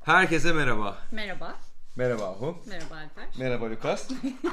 Herkese merhaba. Merhaba. Merhaba Ahu. Merhaba Alper. Merhaba Lukas.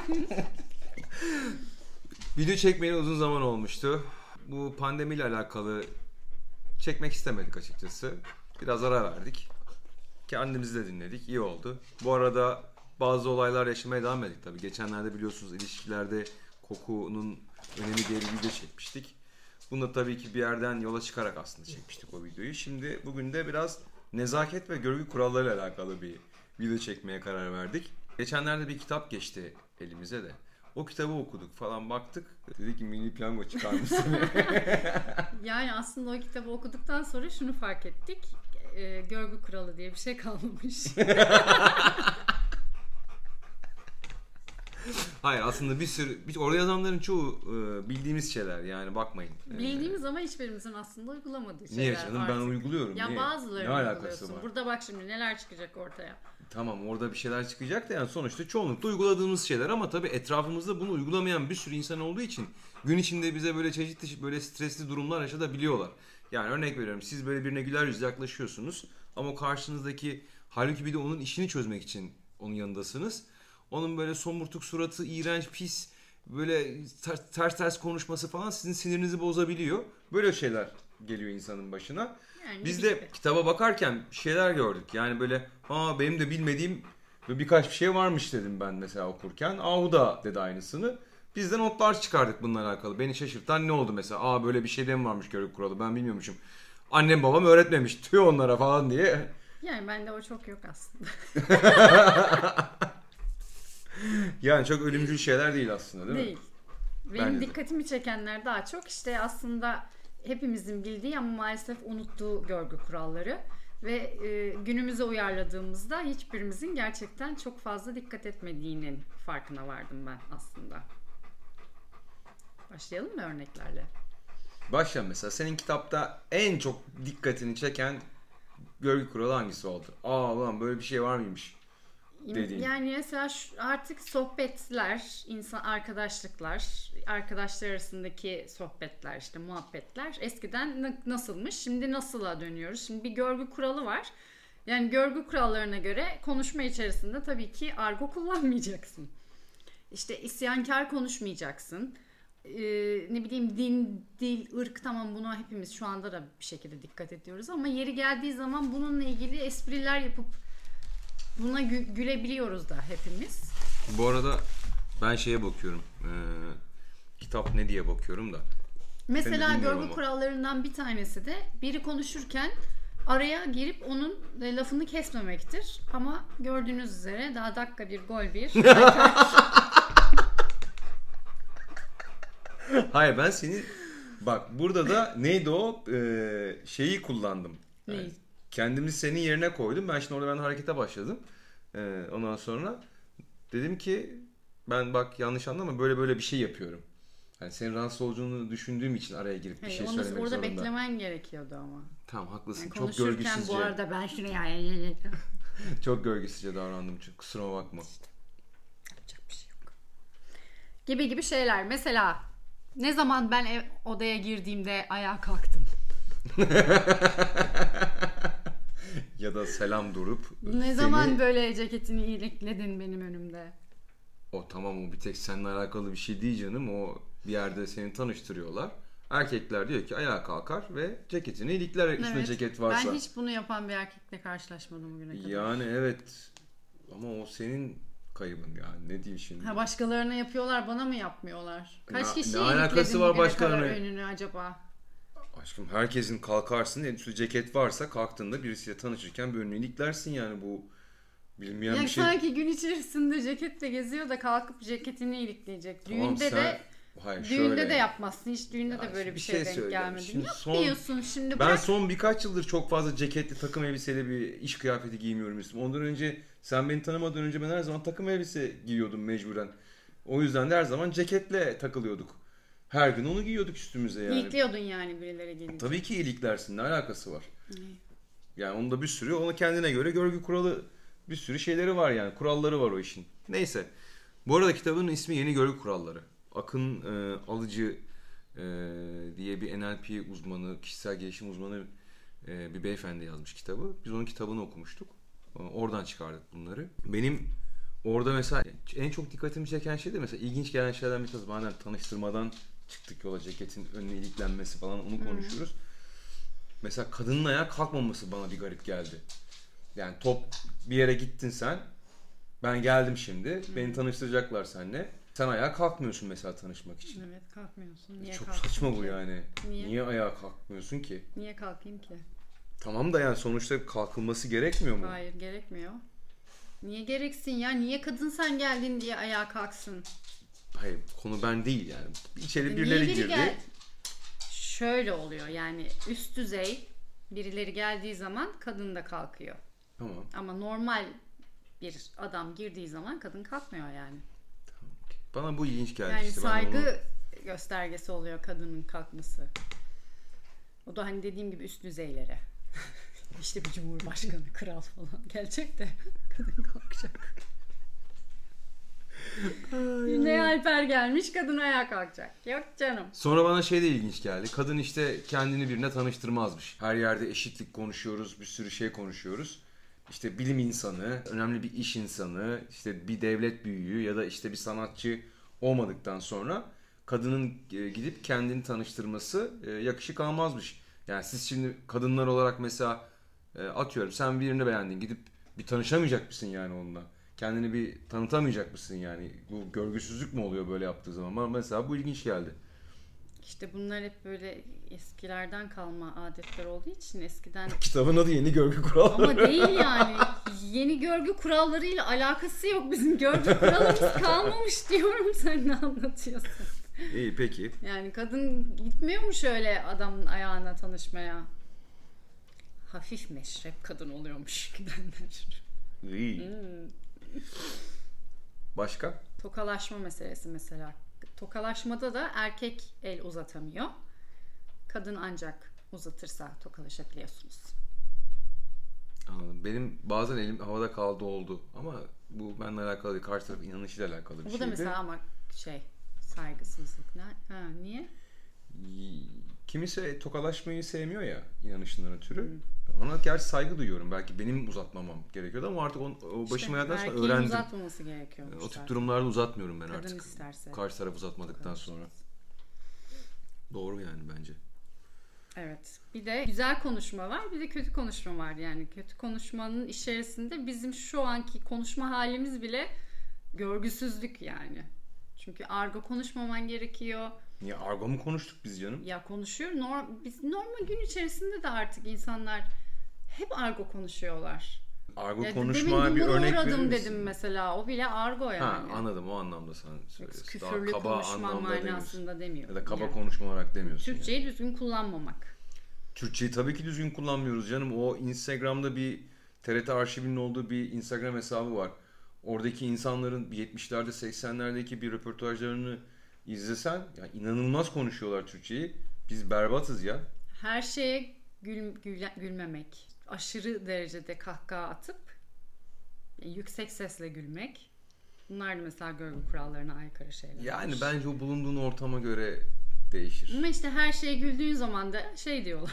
Video çekmeyeli uzun zaman olmuştu. Bu pandemiyle alakalı çekmek istemedik açıkçası. Biraz ara verdik. Kendimizi de dinledik. İyi oldu. Bu arada bazı olaylar yaşamaya devam ettik tabii. Geçenlerde biliyorsunuz ilişkilerde kokunun önemi diye bir video çekmiştik. Bunu da tabii ki bir yerden yola çıkarak aslında çekmiştik o videoyu. Şimdi bugün de biraz nezaket ve görgü kurallarıyla alakalı bir video çekmeye karar verdik. Geçenlerde bir kitap geçti elimize de. O kitabı okuduk falan baktık. Dedik ki milli piyango çıkar mısın? Yani aslında o kitabı okuduktan sonra şunu fark ettik. Görgü kuralı diye bir şey kalmamış. Hayır aslında orada yazanların çoğu bildiğimiz şeyler yani bakmayın. Bildiğimiz ama hiçbirimizin aslında uygulamadığı şeyler. Niye canım artık. ben uyguluyorum. Ya Niye? bazılarını Ne alakası uyguluyorsun. var? Burada bak şimdi neler çıkacak ortaya. Tamam orada bir şeyler çıkacak da yani sonuçta çoğunlukla uyguladığımız şeyler ama tabii etrafımızda bunu uygulamayan bir sürü insan olduğu için gün içinde bize böyle çeşitli böyle stresli durumlar yaşatabiliyorlar. Yani örnek veriyorum siz böyle birine güler yüzle yaklaşıyorsunuz ama o karşınızdaki halbuki bir de onun işini çözmek için onun yanındasınız. Onun böyle somurtuk suratı, iğrenç, pis, böyle ters konuşması falan sizin sinirinizi bozabiliyor. Böyle şeyler geliyor insanın başına. Yani Biz de kitaba bakarken şeyler gördük. Yani böyle benim de bilmediğim birkaç bir şey varmış dedim ben mesela okurken. Ahu da dedi aynısını. Biz de notlar çıkardık bununla alakalı. Beni şaşırtan ne oldu mesela? Böyle bir şey de mi varmış görgü kuralı ben bilmiyormuşum. Annem babam öğretmemiş tüy onlara falan diye. Yani bende o çok yok aslında. Yani çok ölümcül şeyler değil aslında değil mi? Değil. Benim dikkatimi çekenler daha çok işte aslında hepimizin bildiği ama maalesef unuttuğu görgü kuralları ve günümüze uyarladığımızda hiçbirimizin gerçekten çok fazla dikkat etmediğinin farkına vardım ben aslında. Başlayalım mı örneklerle? Başla mesela senin kitapta en çok dikkatini çeken görgü kuralı hangisi oldu? Ulan böyle bir şey var mıymış? Dediğin. Yani mesela artık sohbetler, insan arkadaşlıklar, arkadaşlar arasındaki sohbetler, işte muhabbetler eskiden nasılmış, şimdi nasıla dönüyoruz. Şimdi bir görgü kuralı var. Yani görgü kurallarına göre konuşma içerisinde tabii ki argo kullanmayacaksın. İşte isyankar konuşmayacaksın. Ne bileyim din, dil, ırk tamam buna hepimiz şu anda da bir şekilde dikkat ediyoruz ama yeri geldiği zaman bununla ilgili espriler yapıp buna gülebiliyoruz da hepimiz. Bu arada ben şeye bakıyorum. Kitap ne diye bakıyorum da. Mesela görgü kurallarından bir tanesi de biri konuşurken araya girip onun lafını kesmemektir. Ama gördüğünüz üzere daha dakika bir gol bir. Hayır ben seni bak burada da neydi o şeyi kullandım. Neyi? Kendimi senin yerine koydum. Ben şimdi orada harekete başladım. Ondan sonra dedim ki ben bak yanlış anlama böyle bir şey yapıyorum. Yani senin rahatsız olduğunu düşündüğüm için araya girip bir şey söylemek orada zorunda. beklemen gerekiyordu ama. Tamam haklısın. Yani çok görgüsüzce. bu arada ben şunu çok görgüsüzce davrandım. Kusuruma bakma. Yapacak bir şey yok. Gibi şeyler. Mesela ne zaman ben odaya girdiğimde ayağa kalktım. Ya da selam durup ne zaman böyle ceketini iyilikledin benim önümde. O tamam o bir tek seninle alakalı bir şey değil canım. O bir yerde seni tanıştırıyorlar. Erkekler diyor ki ayağa kalkar ve ceketini ilikler üstüne ceket varsa. Ben hiç bunu yapan bir erkekle karşılaşmadım bugüne kadar. Yani evet. Ama o senin kaybın yani. Ne diyeyim şimdi? Başkalarına yapıyorlar bana mı yapmıyorlar? Kaç kişiyi ne alakası var başkalarına? önünü acaba? Aşkım herkesin kalkarsın. Üstü ceket varsa kalktığında birisiyle tanışırken bir önünü iliklersin yani bu bilmeyen bir şey. Sanki gün içerisinde ceketle geziyor da kalkıp ceketini ilikleyecek. Tamam, düğünde de yapmazsın. Hiç düğünde de böyle bir şey denk gelmedi. Yapıyorsun şimdi. Ben son birkaç yıldır çok fazla ceketli takım elbiseyle bir iş kıyafeti giymiyorum üstüme. Ondan önce sen beni tanımadan önce ben her zaman takım elbise giyiyordum mecburen. O yüzden de her zaman ceketle takılıyorduk. Her gün onu giyiyorduk üstümüze yani. İlikliyordun yani birileri gelince. Tabii ki iliklersin. Ne alakası var? Yani onda bir sürü ona kendine göre görgü kuralı bir sürü şeyleri var yani. Kuralları var o işin. Neyse. Bu arada kitabın ismi Yeni Görgü Kuralları. Akın Alıcı diye bir NLP uzmanı, kişisel gelişim uzmanı bir beyefendi yazmış kitabı. Biz onun kitabını okumuştuk. Oradan çıkardık bunları. Benim orada mesela en çok dikkatimi çeken şey de mesela ilginç gelen şeylerden bir tanesi. Bazen tanıştırmadan çıktık yola, ceketin önüne iliklenmesi falan, onu konuşuyoruz. Mesela kadının ayağa kalkmaması bana bir garip geldi. Yani bir yere gittin sen. Ben geldim şimdi. Beni tanıştıracaklar seninle. Sen ayağa kalkmıyorsun mesela tanışmak için. Evet, kalkmıyorsun. Niye Çok kalktın saçma bu ki? yani. Niye ayağa kalkmıyorsun ki? Niye kalkayım ki? Tamam da yani sonuçta kalkılması gerekmiyor mu? Hayır, gerekmiyor. Niye gereksin ya? Niye kadın sen geldin diye ayağa kalksın? Hayır, konu ben değil yani. İçeri Niye birileri biri girdi. Şöyle oluyor yani, üst düzey birileri geldiği zaman kadın da kalkıyor. Tamam. Ama normal bir adam girdiği zaman kadın kalkmıyor yani. Bana bu ilginç geldi Yani işte. saygı göstergesi oluyor kadının kalkması. O da hani dediğim gibi üst düzeylere. İşte bir cumhurbaşkanı, kral falan gelecek de kadın kalkacak. Güney Alper gelmiş, kadın ayağa kalkacak. Yok canım. Sonra bana şey de ilginç geldi. Kadın işte kendini birine tanıştırmazmış. Her yerde eşitlik konuşuyoruz, bir sürü şey konuşuyoruz. İşte bilim insanı, önemli bir iş insanı, işte bir devlet büyüğü ya da işte bir sanatçı olmadıktan sonra kadının gidip kendini tanıştırması yakışık almazmış. Yani siz şimdi kadınlar olarak mesela atıyorum sen birini beğendin, gidip bir tanışamayacak mısın yani onunla? Kendini bir tanıtamayacak mısın yani? Bu görgüsüzlük mü oluyor böyle yaptığı zaman? Bana mesela bu ilginç geldi. İşte bunlar hep böyle eskilerden kalma adetler olduğu için eskiden... Kitabın adı Yeni Görgü Kuralları. Ama değil yani. Yeni görgü kurallarıyla alakası yok. Bizim görgü kuralımız kalmamış diyorum, sen ne anlatıyorsun? İyi peki. Yani kadın gitmiyor mu şöyle adamın ayağına tanışmaya? Hafif meşrep kadın oluyormuş gidenler. İyi. Başka? Tokalaşma meselesi mesela. Tokalaşmada da erkek el uzatamıyor. Kadın ancak uzatırsa tokalaşabiliyorsunuz. Anladım. Benim bazen elim havada kaldı oldu. Ama bu benimle alakalı değil. Karşı taraf inanışıyla alakalı bir Bu şeydi. da mesela ama saygısızlık. Niye? Kimisi tokalaşmayı sevmiyor ya inanışından ötürü. Ona gerçi saygı duyuyorum. Belki benim uzatmamam gerekiyordu ama artık o başıma yerden sonra erkeğin öğrendim. uzatmaması gerekiyormuş. O tip durumlarda uzatmıyorum ben Kadın artık. isterse. Karşı taraf uzatmadıktan sonra. Doğru yani bence. Evet. Bir de güzel konuşma var, bir de kötü konuşma var. Yani kötü konuşmanın içerisinde bizim şu anki konuşma halimiz bile görgüsüzlük yani. Çünkü argo konuşmaman gerekiyor. Niye argo mu konuştuk biz canım? Ya konuşuyor. Biz normal gün içerisinde de artık insanlar hep argo konuşuyorlar. Argo Ya konuşmaya bir demin örnek verir uğradım misin? dedim mesela. O bile argo yani. Ha, anladım, o anlamda sen söylüyorsun. Küfürlü Daha kaba konuşma anlamda manasında demiyorum. Ya da kaba yani. konuşma olarak demiyorsun. Türkçeyi düzgün kullanmamak. Türkçeyi tabii ki düzgün kullanmıyoruz canım. O Instagram'da bir TRT arşivinin olduğu bir Instagram hesabı var. Oradaki insanların 70'lerde 80'lerdeki bir röportajlarını izlesen ya inanılmaz konuşuyorlar Türkçeyi. Biz berbatız ya. Her şeye gülmemek. Aşırı derecede kahkaha atıp yüksek sesle gülmek. Bunlar da mesela görgü kurallarına aykırı şeyler. Yani bence o bulunduğun ortama göre değişir. Ama işte her şeye güldüğün zaman da şey diyorlar.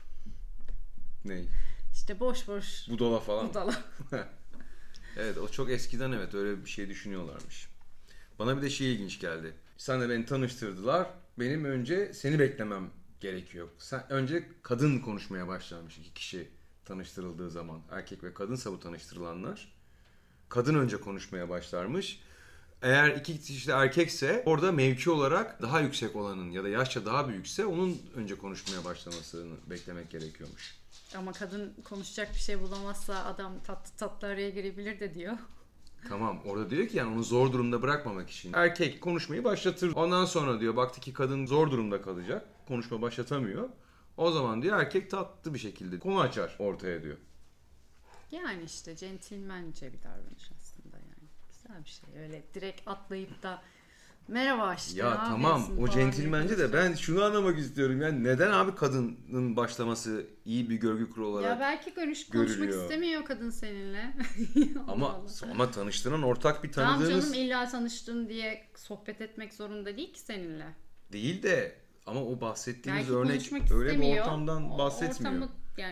Ney? İşte boş boş Budala falan. budala. Evet, o çok eskiden evet öyle bir şey düşünüyorlarmış. Bana bir de şey ilginç geldi. Sen de beni tanıştırdılar. Benim önce seni beklemem gerekiyor. Sen önce kadın konuşmaya başlamış, iki kişi tanıştırıldığı zaman. Erkek ve kadınsa bu tanıştırılanlar. Kadın önce konuşmaya başlarmış. Eğer iki kişi de erkekse orada mevki olarak daha yüksek olanın ya da yaşça daha büyükse onun önce konuşmaya başlamasını beklemek gerekiyormuş. Ama kadın konuşacak bir şey bulamazsa adam tatlı tatlı araya girebilir de diyor. Tamam, orada diyor ki yani onu zor durumda bırakmamak için. Erkek konuşmayı başlatır. Ondan sonra diyor baktı ki kadın zor durumda kalacak. Konuşma başlatamıyor. O zaman diyor erkek tatlı bir şekilde konu açar ortaya diyor. Yani işte centilmence bir davranış aslında yani. Güzel bir şey. Öyle direkt atlayıp da merhaba işte. Ya tamam o centilmence de ben şunu anlamak istiyorum. Yani neden abi kadının başlaması iyi bir görgü kuralı olarak ya belki konuşmak görülüyor. istemiyor kadın seninle. ama tanıştıran ortak bir tanıdığınız... Tamam canım, illa tanıştın diye sohbet etmek zorunda değil ki seninle. Değil de ama o bahsettiğimiz Belki örnek konuşmak öyle istemiyor. bir ortamdan bahsetmiyor. Ortamı yani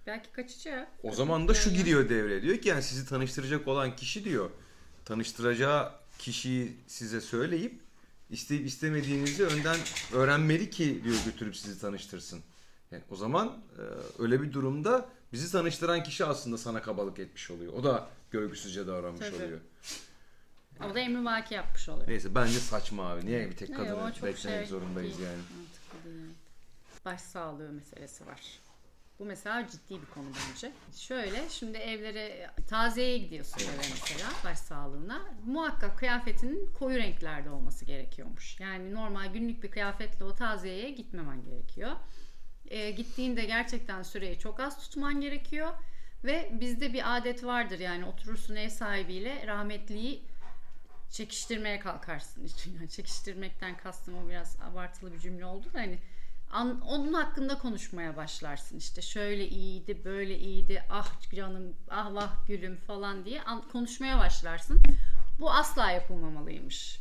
Belki kaçacak. O zaman da şu giriyor devreye. Diyor ki yani sizi tanıştıracak olan kişi diyor. Tanıştıracağı kişiyi size söyleyip isteyip istemediğinizi önden öğrenmeli ki diyor götürüp sizi tanıştırsın. Yani o zaman öyle bir durumda bizi tanıştıran kişi aslında sana kabalık etmiş oluyor. O da görgüsüzce davranmış Tabii. oluyor. O da emrivaki yapmış oluyor. Neyse bence saçma abi. Niye bir tek Evet, kadını o çok beklemek zorundayız değil. yani. Mantıklı değil. Başsağlığı meselesi var. Bu mesela ciddi bir konu bence. Şöyle, şimdi evlere taziyeye gidiyorsun eve mesela başsağlığına. Muhakkak kıyafetinin koyu renklerde olması gerekiyormuş. Yani normal günlük bir kıyafetle o taziyeye gitmemen gerekiyor. Gittiğinde gerçekten süreyi çok az tutman gerekiyor. Ve bizde bir adet vardır, yani oturursun ev sahibiyle rahmetliyi çekiştirmeye kalkarsın. Yani çekiştirmekten kastım, o biraz abartılı bir cümle oldu da hani onun hakkında konuşmaya başlarsın. İşte şöyle iyiydi, böyle iyiydi, ah canım, ah vah gülüm falan diye konuşmaya başlarsın. Bu asla yapılmamalıymış.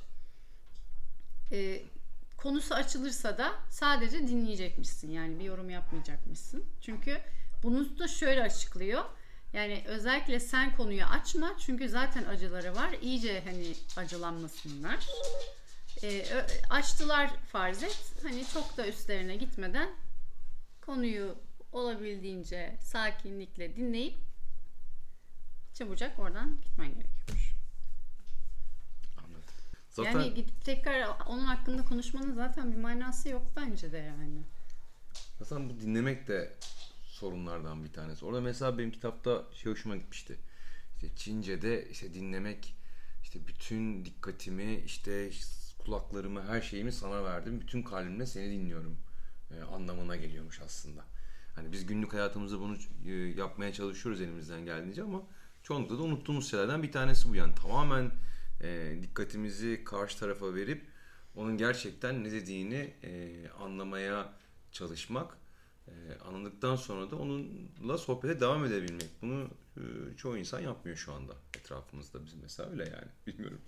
Konusu açılırsa da sadece dinleyecekmişsin. Yani bir yorum yapmayacakmışsın. Çünkü bunu da şöyle açıklıyor. Yani özellikle sen konuyu açma. Çünkü zaten acıları var. İyice hani acılanmasınlar. Açtılar farz et. Hani çok da üstlerine gitmeden konuyu olabildiğince sakinlikle dinleyip çabucak oradan gitmen gerekiyor. Anladım. Zaten... Yani gidip tekrar onun hakkında konuşmanın zaten bir manası yok bence de yani. Zaten bu dinlemek de sorunlardan bir tanesi. Orada mesela benim kitapta hoşuma gitmişti. İşte Çince'de işte dinlemek, işte bütün dikkatimi, işte kulaklarımı, her şeyimi sana verdim. Bütün kalbimle seni dinliyorum anlamına geliyormuş aslında. Hani biz günlük hayatımızda bunu yapmaya çalışıyoruz elimizden geldiğince ama çoğunlukla da unuttuğumuz şeylerden bir tanesi bu. Yani tamamen dikkatimizi karşı tarafa verip onun gerçekten ne dediğini anlamaya çalışmak. Anladıktan sonra da onunla sohbete devam edebilmek. Bunu çoğu insan yapmıyor şu anda etrafımızda. Bizim mesela öyle yani. Bilmiyorum.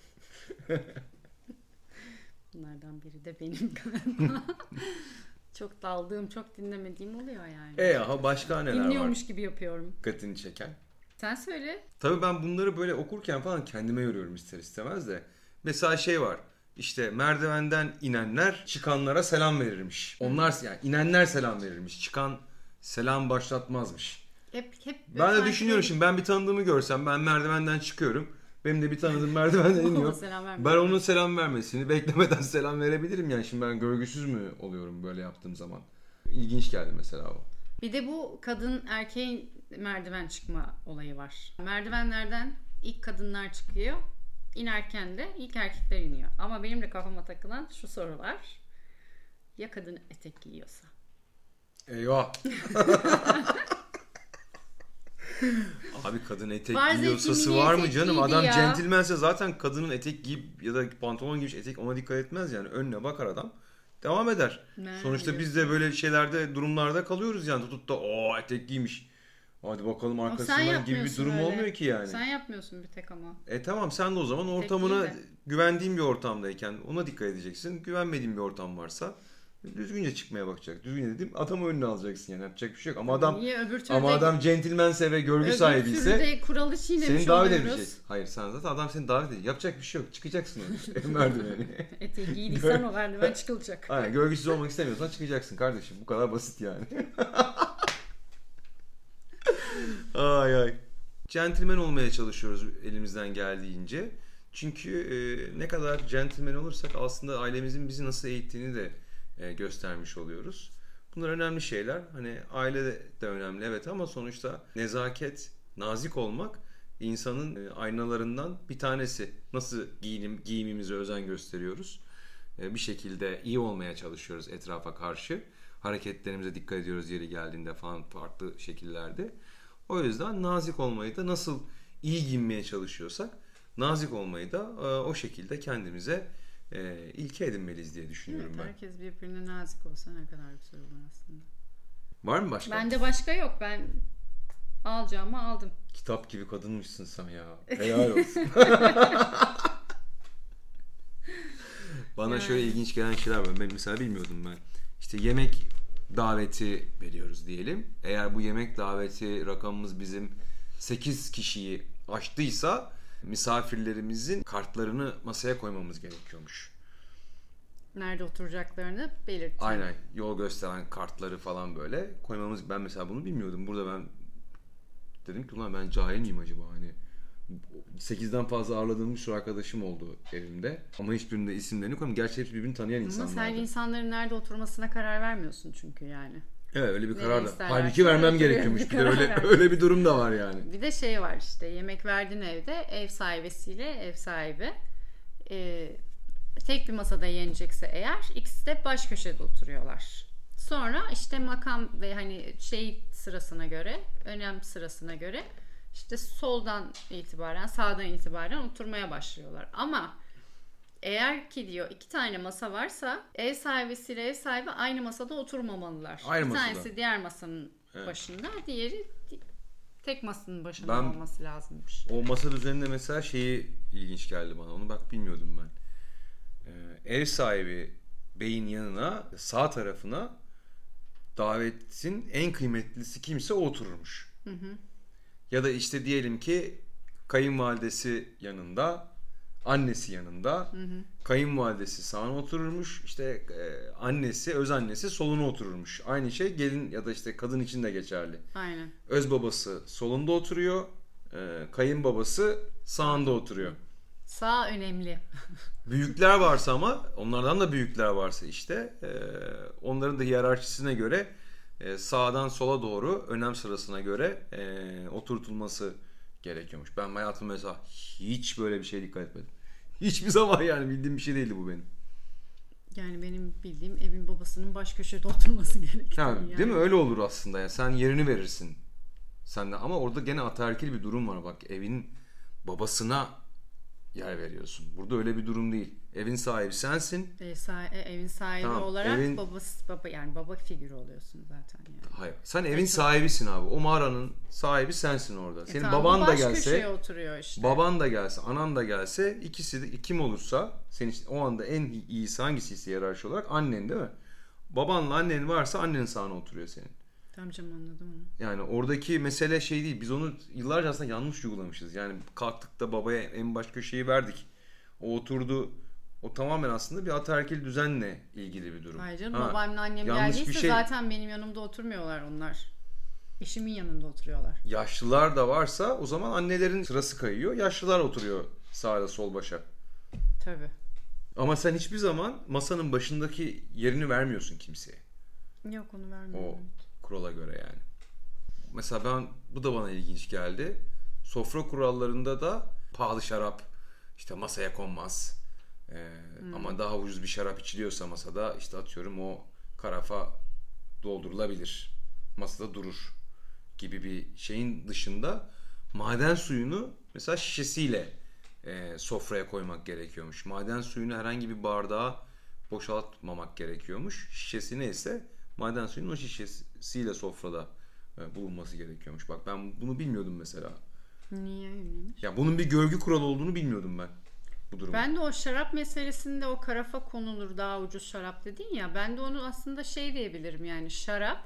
Bunlardan biri de benim galiba. Çok daldığım, çok dinlemediğim oluyor yani. Aha başka neler var? Dinliyormuş gibi yapıyorum. Dikkatini çeken. Sen söyle. Tabii ben bunları böyle okurken falan kendime yoruyorum ister istemez de. Mesela şey var. İşte merdivenden inenler çıkanlara selam verirmiş. Onlar yani inenler selam verirmiş. Çıkan selam başlatmazmış. Hep ben de düşünüyorum şimdi, ben bir tanıdığımı görsem, ben merdivenden çıkıyorum. Benim de bir tanıdığım merdivenden iniyor. Ben onun selam vermesini beklemeden selam verebilirim yani. Şimdi ben görgüsüz mü oluyorum böyle yaptığım zaman? İlginç geldi mesela o. Bir de bu kadın erkeğin merdiven çıkma olayı var. Merdivenlerden ilk kadınlar çıkıyor. İnerken de ilk erkekler iniyor. Ama benim de kafama takılan şu soru var. Ya kadın etek giyiyorsa? Eyvah. Abi kadın etek giyiyorsası var mı canım? Adam centilmense zaten kadının etek giyip ya da pantolon giymiş etek ona dikkat etmez yani. Önüne bakar adam. Devam eder. Sonuçta biz de böyle şeylerde, durumlarda kalıyoruz yani. Tutup da etek giymiş, hadi bakalım arkasından gibi bir durum öyle olmuyor ki yani. Sen yapmıyorsun bir tek ama. Tamam, sen de o zaman ortamına güvendiğin bir ortamdayken ona dikkat edeceksin. Güvenmediğin bir ortam varsa düzgünce çıkmaya bakacak. Düzgünce dedim, adamı önüne alacaksın yani, yapacak bir şey yok. Ama adam centilmense ve görgü sahibiyse öbür kuralı çiğnemiş seni davet edecek. Hayır, sen zaten adam seni davet edecek. Yapacak bir şey yok. Çıkacaksın yani. Merdiveni. Eteği giydiysen o merdiven çıkılacak. Aynen, görgüsüz olmak istemiyorsan çıkacaksın kardeşim. Bu kadar basit yani. Ay. Centilmen olmaya çalışıyoruz elimizden geldiğince. Çünkü ne kadar centilmen olursak aslında ailemizin bizi nasıl eğittiğini de göstermiş oluyoruz. Bunlar önemli şeyler. Hani aile de önemli evet, ama sonuçta nezaket, nazik olmak insanın aynalarından bir tanesi. Nasıl giyimimize özen gösteriyoruz? Bir şekilde iyi olmaya çalışıyoruz etrafa karşı. Hareketlerimize dikkat ediyoruz yeri geldiğinde falan, farklı şekillerde. O yüzden nazik olmayı da, nasıl iyi giyinmeye çalışıyorsak nazik olmayı da o şekilde kendimize ilke edinmeliyiz diye düşünüyorum ben. Herkes birbirine nazik olsa ne kadar güzel olur aslında. Var mı başka? Bende başka yok. Ben alacağımı aldım. Kitap gibi kadınmışsın sen ya. Helal olsun. Bana şöyle ilginç gelen şeyler var. Ben mesela bilmiyordum ben. İşte yemek daveti veriyoruz diyelim. Eğer bu yemek daveti rakamımız bizim 8 kişiyi aştıysa misafirlerimizin kartlarını masaya koymamız gerekiyormuş. Nerede oturacaklarını belirtin. Aynen. Yol gösteren kartları falan böyle koymamız. Ben mesela bunu bilmiyordum. Burada ben dedim ki ulan ben cahil miyim acaba? Hani 8'den fazla ağırladığım bir sürü arkadaşım oldu evimde. Ama hiçbirinde isimlerini koymadım. Gerçi hepsi birbirini tanıyan insanlardı. Ama sen insanların nerede oturmasına karar vermiyorsun çünkü yani. Evet, öyle bir Nereye karar da. isterler Halbuki vermem oturuyor, gerekiyormuş. bir Bir de öyle karar öyle bir durum da var yani. Bir de şey var işte, yemek verdiğin evde ev sahibiyle ev sahibi tek bir masada yenecekse eğer ikisi de baş köşede oturuyorlar. Sonra işte makam ve hani şey sırasına göre, önem sırasına göre işte soldan itibaren, sağdan itibaren oturmaya başlıyorlar. Ama eğer ki diyor 2 tane masa varsa ev sahibiyle ev sahibi aynı masada oturmamalılar. Aynı bir masada. tanesi diğer masanın başında, diğeri tek masanın başında Ben- olması lazımmış. O masa üzerinde mesela şeyi ilginç geldi bana. Onu bak bilmiyordum ben. Ev sahibi beyin yanına, sağ tarafına davetin en kıymetlisi kimse o otururmuş. Ya da işte diyelim ki kayınvalidesi yanında, annesi yanında. Kayınvalidesi sağına otururmuş. İşte annesi, öz annesi soluna otururmuş. Aynı şey gelin ya da işte kadın için de geçerli. Aynen. Öz babası solunda oturuyor. Kayınbabası sağında oturuyor. Sağ önemli. Büyükler varsa ama onlardan da büyükler varsa işte onların da hiyerarşisine göre sağdan sola doğru önem sırasına göre oturtulması gerekiyormuş. Ben hayatımda mesela hiç böyle bir şeye dikkat etmedim. Hiçbir zaman yani bildiğim bir şey değildi bu benim. Yani benim bildiğim evin babasının baş köşede oturması gerekiyor. Yani. Değil mi? Öyle olur aslında. Yani sen yerini verirsin. Sen de, ama orada gene ataerkil bir durum var. Bak, evin babasına yer veriyorsun. Burada öyle bir durum değil. Evin sahibi sensin. Evin sahibi Tamam, olarak baba yani baba figürü oluyorsun zaten yani. Hayır. Sen evin sahibisin abi. O mağaranın sahibi sensin orada. Senin tamam, baban da baş gelse, köşeye oturuyor işte. baban da gelse, anan da gelse, ikisi de kim olursa senin için o anda en iyisi hangisiyse hiyerarşi olarak annen, değil mi? Babanla annen varsa annenin sağına oturuyor senin. Tamam canım, anladım onu. Yani oradaki mesele şey değil. Biz onu yıllarca aslında yanlış uygulamışız. Yani kalktık da babaya en baş köşeyi verdik. O oturdu. O tamamen aslında bir ataerkil düzenle ilgili bir durum. Hayır canım, babamla annem yanlış bir geldiyse şey. zaten benim yanımda oturmuyorlar onlar. Eşimin yanında oturuyorlar. Yaşlılar da varsa o zaman annelerin sırası kayıyor. Yaşlılar oturuyor sağda sol başa. Tabii. Ama sen hiçbir zaman masanın başındaki yerini vermiyorsun kimseye. Yok, onu vermiyorum. O kurala göre yani. Mesela bu da bana ilginç geldi. Sofra kurallarında da pahalı şarap işte masaya konmaz. Ama daha ucuz bir şarap içiliyorsa masada işte atıyorum o karafa doldurulabilir. Masada durur gibi bir şeyin dışında maden suyunu mesela şişesiyle sofraya koymak gerekiyormuş. Maden suyunu herhangi bir bardağa boşaltmamak gerekiyormuş. Şişesi neyse maden suyunun o şişesiyle sofrada bulunması gerekiyormuş. Bak, ben bunu bilmiyordum mesela. Niye öyleymiş? Ya bunun bir görgü kuralı olduğunu bilmiyordum ben bu durumda. Ben de o şarap meselesinde o karafa konulur daha ucuz şarap dedin ya, ben de onu aslında şey diyebilirim yani şarap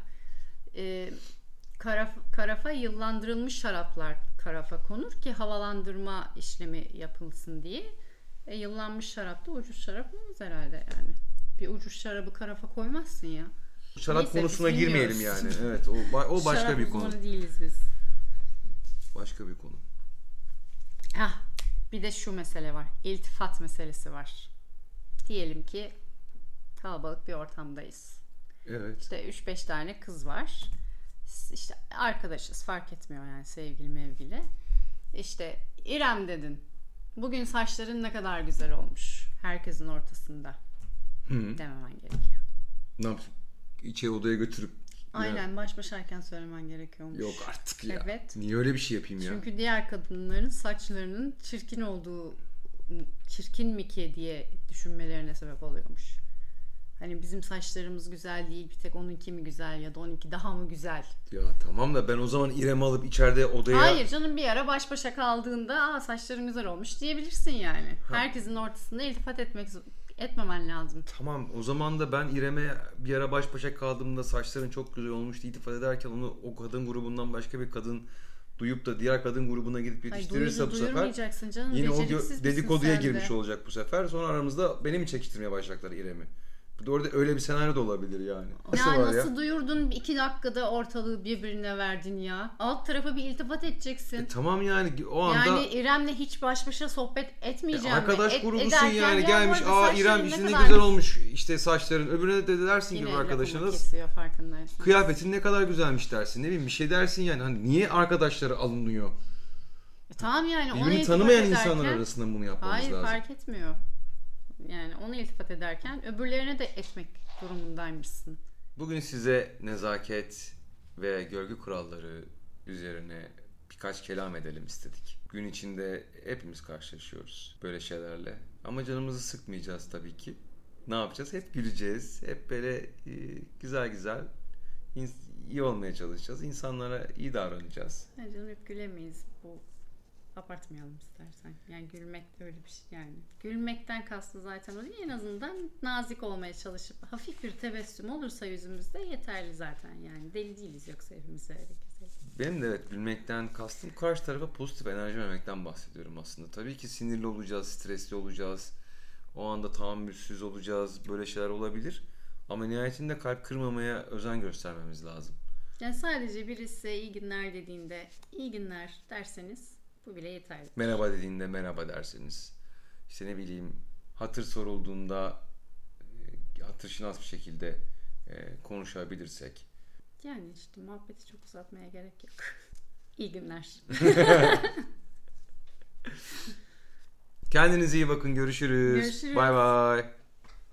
karafa yıllandırılmış şaraplar karafa konur ki havalandırma işlemi yapılsın diye. Yıllanmış şarap da ucuz şarap olmaz herhalde yani. Bir ucuz şarabı karafa koymazsın ya. Şarap Neyse, konusuna biz girmeyelim bilmiyoruz. yani. Evet, o başka şarap bir konu. uzmanı değiliz biz. Başka bir konu. Bir de şu mesele var. İltifat meselesi var. Diyelim ki kalabalık bir ortamdayız. Evet. İşte 3-5 tane kız var. İşte arkadaşız, fark etmiyor yani, sevgili mevgili. İşte İrem dedin. Bugün saçların ne kadar güzel olmuş. Herkesin ortasında. Dememen gerekiyor. Ne yap? İçeri odaya götürüp Aynen, baş başayken söylemen gerekiyormuş. yok artık ya. Evet. Niye öyle bir şey yapayım ya? Çünkü diğer kadınların saçlarının çirkin mi ki diye düşünmelerine sebep oluyormuş. Hani bizim saçlarımız güzel değil, bir tek onunki mi güzel ya da onunki daha mı güzel? Ya tamam da ben o zaman İrem'i alıp içeride odaya... Hayır canım, bir ara baş başa kaldığında saçların güzel olmuş diyebilirsin yani. Herkesin ortasında iltifat etmemen lazım. Tamam, o zaman da ben İrem'e bir ara baş başa kaldığımda saçların çok güzel olmuş diye iltifat ederken onu o kadın grubundan başka bir kadın duyup da diğer kadın grubuna gidip yetiştirirse bu sefer canım. yine o Beceriksiz dedikoduya misin sen de? girmiş olacak bu sefer. Sonra aramızda beni mi çekiştirmeye başlayacaklar İrem'i? Bu da orada öyle bir senaryo da olabilir yani. Nasıl duyurdun 2 dakikada ortalığı birbirine verdin ya. Alt tarafa bir iltifat edeceksin. Tamam yani o anda... Yani İrem'le hiç baş başa sohbet etmeyeceğim. Arkadaş grubusun yani ya gelmiş. İrem işte ne kadar güzel olmuş işte saçların. Öbürüne de dersin Yine gibi arkadaşınız. kesiyor, farkındaysın. Kıyafetin ne kadar güzelmiş dersin. Ne bileyim bir şey dersin yani. Hani niye arkadaşları alınıyor? Tamam yani onu birbirini tanımayan insanlar arasında bunu yapmamız lazım. Hayır, fark etmiyor. Yani onu iltifat ederken öbürlerine de etmek durumundaymışsın. Bugün size nezaket ve görgü kuralları üzerine birkaç kelam edelim istedik. Gün içinde hepimiz karşılaşıyoruz böyle şeylerle. Ama canımızı sıkmayacağız tabii ki. Ne yapacağız? Hep güleceğiz. Hep böyle güzel güzel iyi olmaya çalışacağız. İnsanlara iyi davranacağız. Yani canım hep gülemeyiz. Bu abartmayalım istersen. Yani gülmek de öyle bir şey yani. Gülmekten kastı zaten o değil. En azından nazik olmaya çalışıp hafif bir tebessüm olursa yüzümüzde yeterli zaten yani. Deli değiliz yoksa hepimiz öyle güzel. Benim de evet gülmekten kastım karşı tarafa pozitif enerji vermekten bahsediyorum aslında. Tabii ki sinirli olacağız, stresli olacağız. O anda tahammülsüz olacağız. Böyle şeyler olabilir. Ama nihayetinde kalp kırmamaya özen göstermemiz lazım. Yani sadece birisi iyi günler dediğinde iyi günler derseniz bu bile yeterli. Merhaba dediğinde merhaba derseniz. İşte ne bileyim hatır sorulduğunda hatırşinas bir şekilde konuşabilirsek. Yani işte muhabbeti çok uzatmaya gerek yok. İyi günler. Kendinize iyi bakın. Görüşürüz. Görüşürüz. Bay bay.